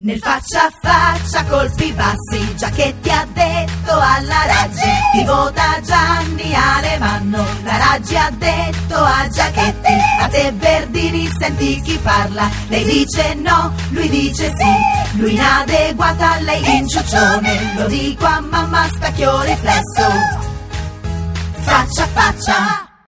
Nel faccia a faccia, colpi bassi, Giachetti ha detto alla Raggi: ti vota Gianni Alemanno. La Raggi ha detto a Giachetti: a te Verdini senti chi parla. Lei dice no, lui dice sì, lui inadeguata, lei inciuccione. Lo dico a mamma, specchio riflesso. Faccia a faccia,